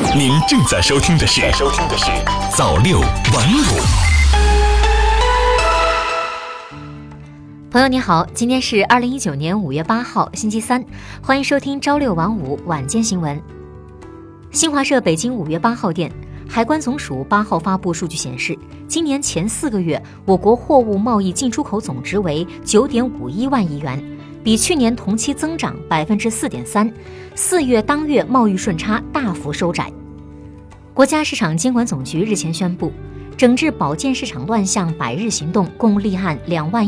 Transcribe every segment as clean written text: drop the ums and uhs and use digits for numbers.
您正在收听的是早六晚五。 朋友你好，今天是2019年5月8号星期三，欢迎收听朝六晚五晚间新闻。新华社北京5月8号电，海关总署8号发布数据显示，今年前4个月，我国货物贸易进出口总值为 9.51万亿元，比去年同期增长 4.3%，4月当月贸易顺差大幅收窄。国家市场监管总局日前宣布，整治保健市场乱象100日行动共立案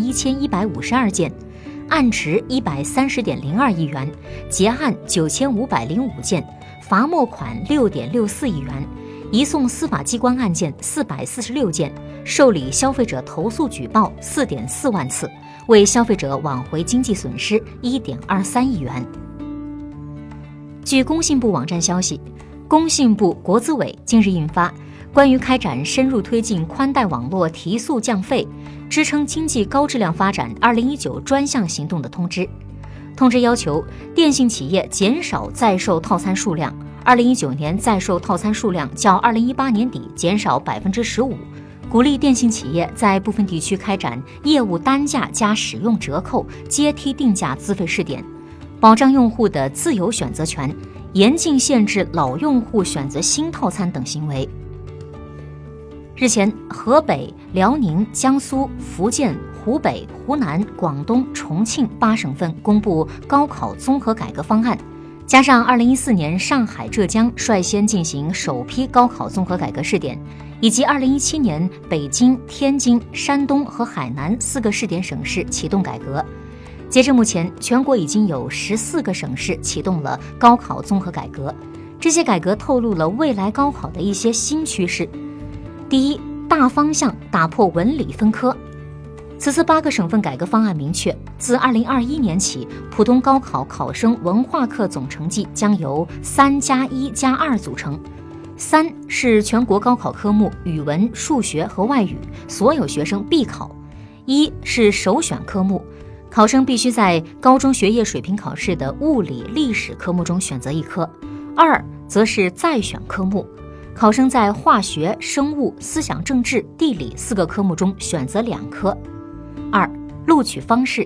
21152件，案值130.02亿元，结案9505件，罚没款6.64亿元，移送司法机关案件446件，受理消费者投诉举报4.4万次，为消费者挽回经济损失1.23亿元。据工信部网站消息，工信部、国资委近日印发关于开展深入推进宽带网络提速降费、支撑经济高质量发展2019专项行动的通知。通知要求电信企业减少在售套餐数量，2019年在售套餐数量较2018年底减少 15%， 鼓励电信企业在部分地区开展业务单价加使用折扣、阶梯定价资费试点，保障用户的自由选择权，严禁限制老用户选择新套餐等行为。日前，河北、辽宁、江苏、福建、湖北、湖南、广东、重庆8省份公布高考综合改革方案，加上2014年上海、浙江率先进行首批高考综合改革试点，以及2017年北京、天津、山东和海南4个试点省市启动改革。截至目前，全国已经有14个省市启动了高考综合改革。这些改革透露了未来高考的一些新趋势。第一，大方向打破文理分科。此次8个省份改革方案明确，自2021年起，普通高考考生文化课总成绩将由3+1+2组成。3是全国高考科目语文、数学和外语，所有学生必考。1是首选科目，考生必须在高中学业水平考试的物理、历史科目中选择一科。2则是再选科目，考生在化学、生物、思想政治、地理4个科目中选择2科。2录取方式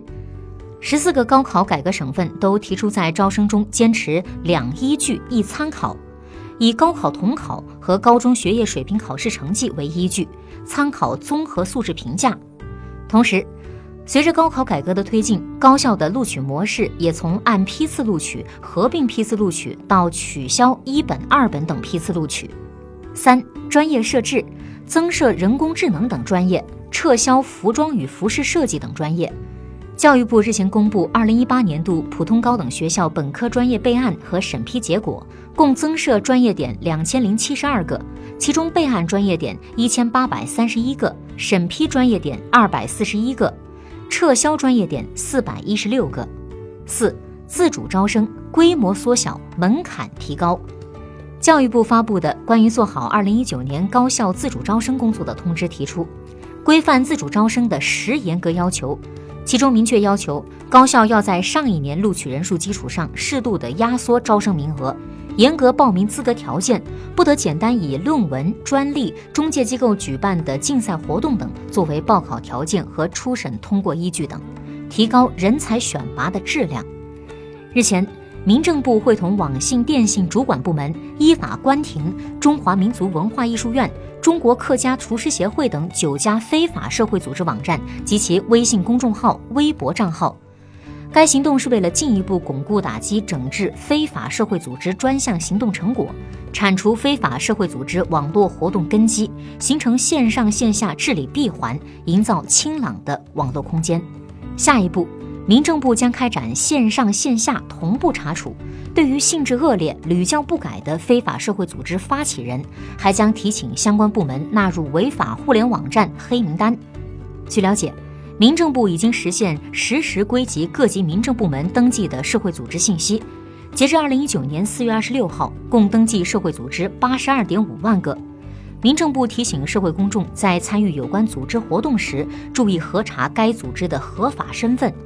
，14个高考改革省份都提出在招生中坚持2依据1参考，以高考统考和高中学业水平考试成绩为依据，参考综合素质评价。同时，随着高考改革的推进，高校的录取模式也从按批次录取、合并批次录取到取消1本、2本等批次录取。3专业设置，增设人工智能等专业，撤销服装与服饰设计等专业。教育部日前公布2018年度普通高等学校本科专业备案和审批结果，共增设专业点2072个，其中备案专业点1831个，审批专业点241个，撤销专业点416个。4自主招生，规模缩小，门槛提高。教育部发布的关于做好2019年高校自主招生工作的通知提出，规范自主招生的10严格要求，其中明确要求高校要在上一年录取人数基础上适度的压缩招生名额，严格报名资格条件，不得简单以论文、专利、中介机构举办的竞赛活动等作为报考条件和初审通过依据等，提高人才选拔的质量。日前，民政部会同网信电信主管部门依法关停中华民族文化艺术院、中国客家厨师协会等9家非法社会组织网站及其微信公众号、微博账号。该行动是为了进一步巩固打击整治非法社会组织专项行动成果，铲除非法社会组织网络活动根基，形成线上线下治理闭环，营造清朗的网络空间。下一步，民政部将开展线上线下同步查处，对于性质恶劣、屡教不改的非法社会组织发起人，还将提请相关部门纳入违法互联网站黑名单。据了解，民政部已经实现实时归集各级民政部门登记的社会组织信息，截至2019年4月26号，共登记社会组织82.5万个。民政部提醒社会公众在参与有关组织活动时，注意核查该组织的合法身份。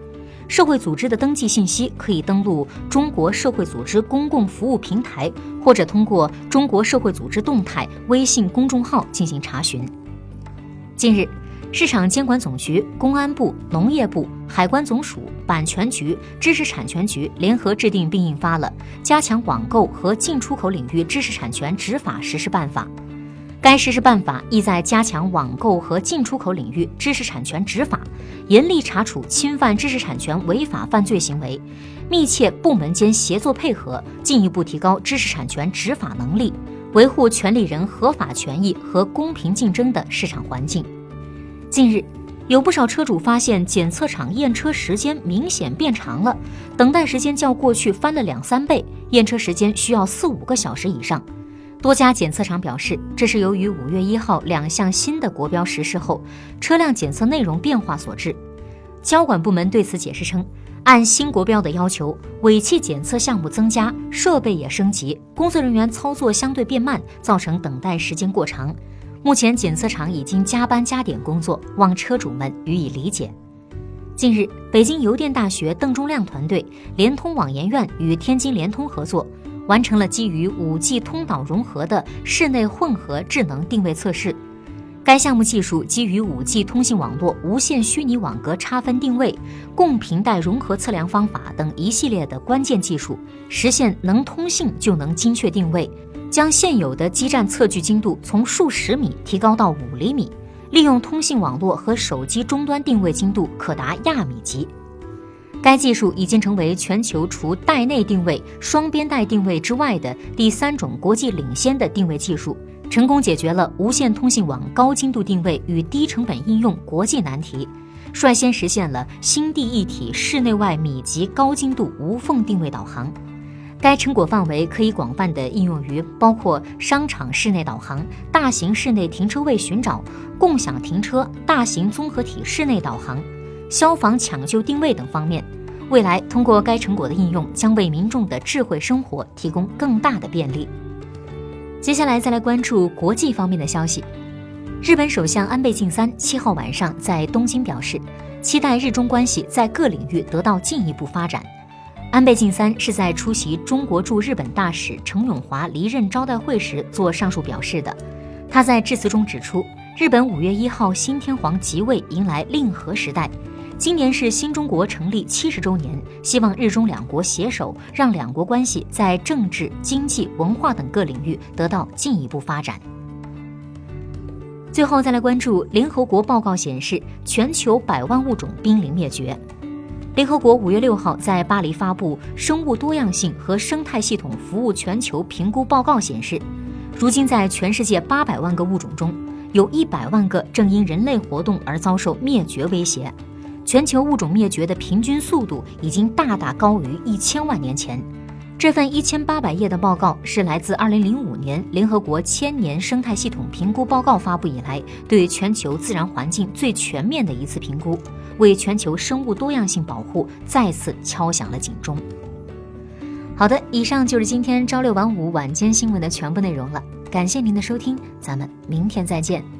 社会组织的登记信息可以登录中国社会组织公共服务平台，或者通过中国社会组织动态微信公众号进行查询。近日，市场监管总局、公安部、农业部、海关总署、版权局、知识产权局联合制定并印发了《加强网购和进出口领域知识产权执法实施办法》。该实施办法意在加强网购和进出口领域知识产权执法，严厉查处侵犯知识产权违法犯罪行为，密切部门间协作配合，进一步提高知识产权执法能力，维护权利人合法权益和公平竞争的市场环境。近日，有不少车主发现检测场验车时间明显变长了，等待时间较过去翻了2-3倍，验车时间需要4-5个小时以上。多家检测厂表示，这是由于5月1号2项新的国标实施后，车辆检测内容变化所致。交管部门对此解释称，按新国标的要求，尾气检测项目增加，设备也升级，工作人员操作相对变慢，造成等待时间过长。目前检测厂已经加班加点工作，望车主们予以理解。近日，北京邮电大学邓中亮团队联通网研院与天津联通合作，完成了基于 5G 通导融合的室内混合智能定位测试。该项目技术基于 5G 通信网络无线虚拟网格差分定位、共频带融合测量方法等一系列的关键技术，实现能通信就能精确定位，将现有的基站测距精度从数十米提高到5厘米，利用通信网络和手机终端定位精度可达亚米级。该技术已经成为全球除带内定位、双边带定位之外的第3种国际领先的定位技术，成功解决了无线通信网高精度定位与低成本应用国际难题，率先实现了星地一体室内外米级高精度无缝定位导航。该成果范围可以广泛地应用于包括商场室内导航、大型室内停车位寻找、共享停车、大型综合体室内导航、消防抢救定位等方面。未来通过该成果的应用，将为民众的智慧生活提供更大的便利。接下来再来关注国际方面的消息。日本首相安倍晋三7号晚上在东京表示，期待日中关系在各领域得到进一步发展。安倍晋三是在出席中国驻日本大使程永华离任招待会时做上述表示的。他在致辞中指出，日本5月1号新天皇即位，迎来令和时代。今年是新中国成立70周年，希望日中两国携手，让两国关系在政治、经济、文化等各领域得到进一步发展。最后再来关注联合国报告显示，全球100万物种濒临灭绝。联合国5月6号在巴黎发布《生物多样性和生态系统服务全球评估报告》显示，如今在全世界800万个物种中，有100万个正因人类活动而遭受灭绝威胁。全球物种灭绝的平均速度已经大大高于1000万年前。这份1800页的报告是来自2005年联合国1000年生态系统评估报告发布以来，对全球自然环境最全面的一次评估，为全球生物多样性保护再次敲响了警钟。好的，以上就是今天朝6晚5晚间新闻的全部内容了，感谢您的收听，咱们明天再见。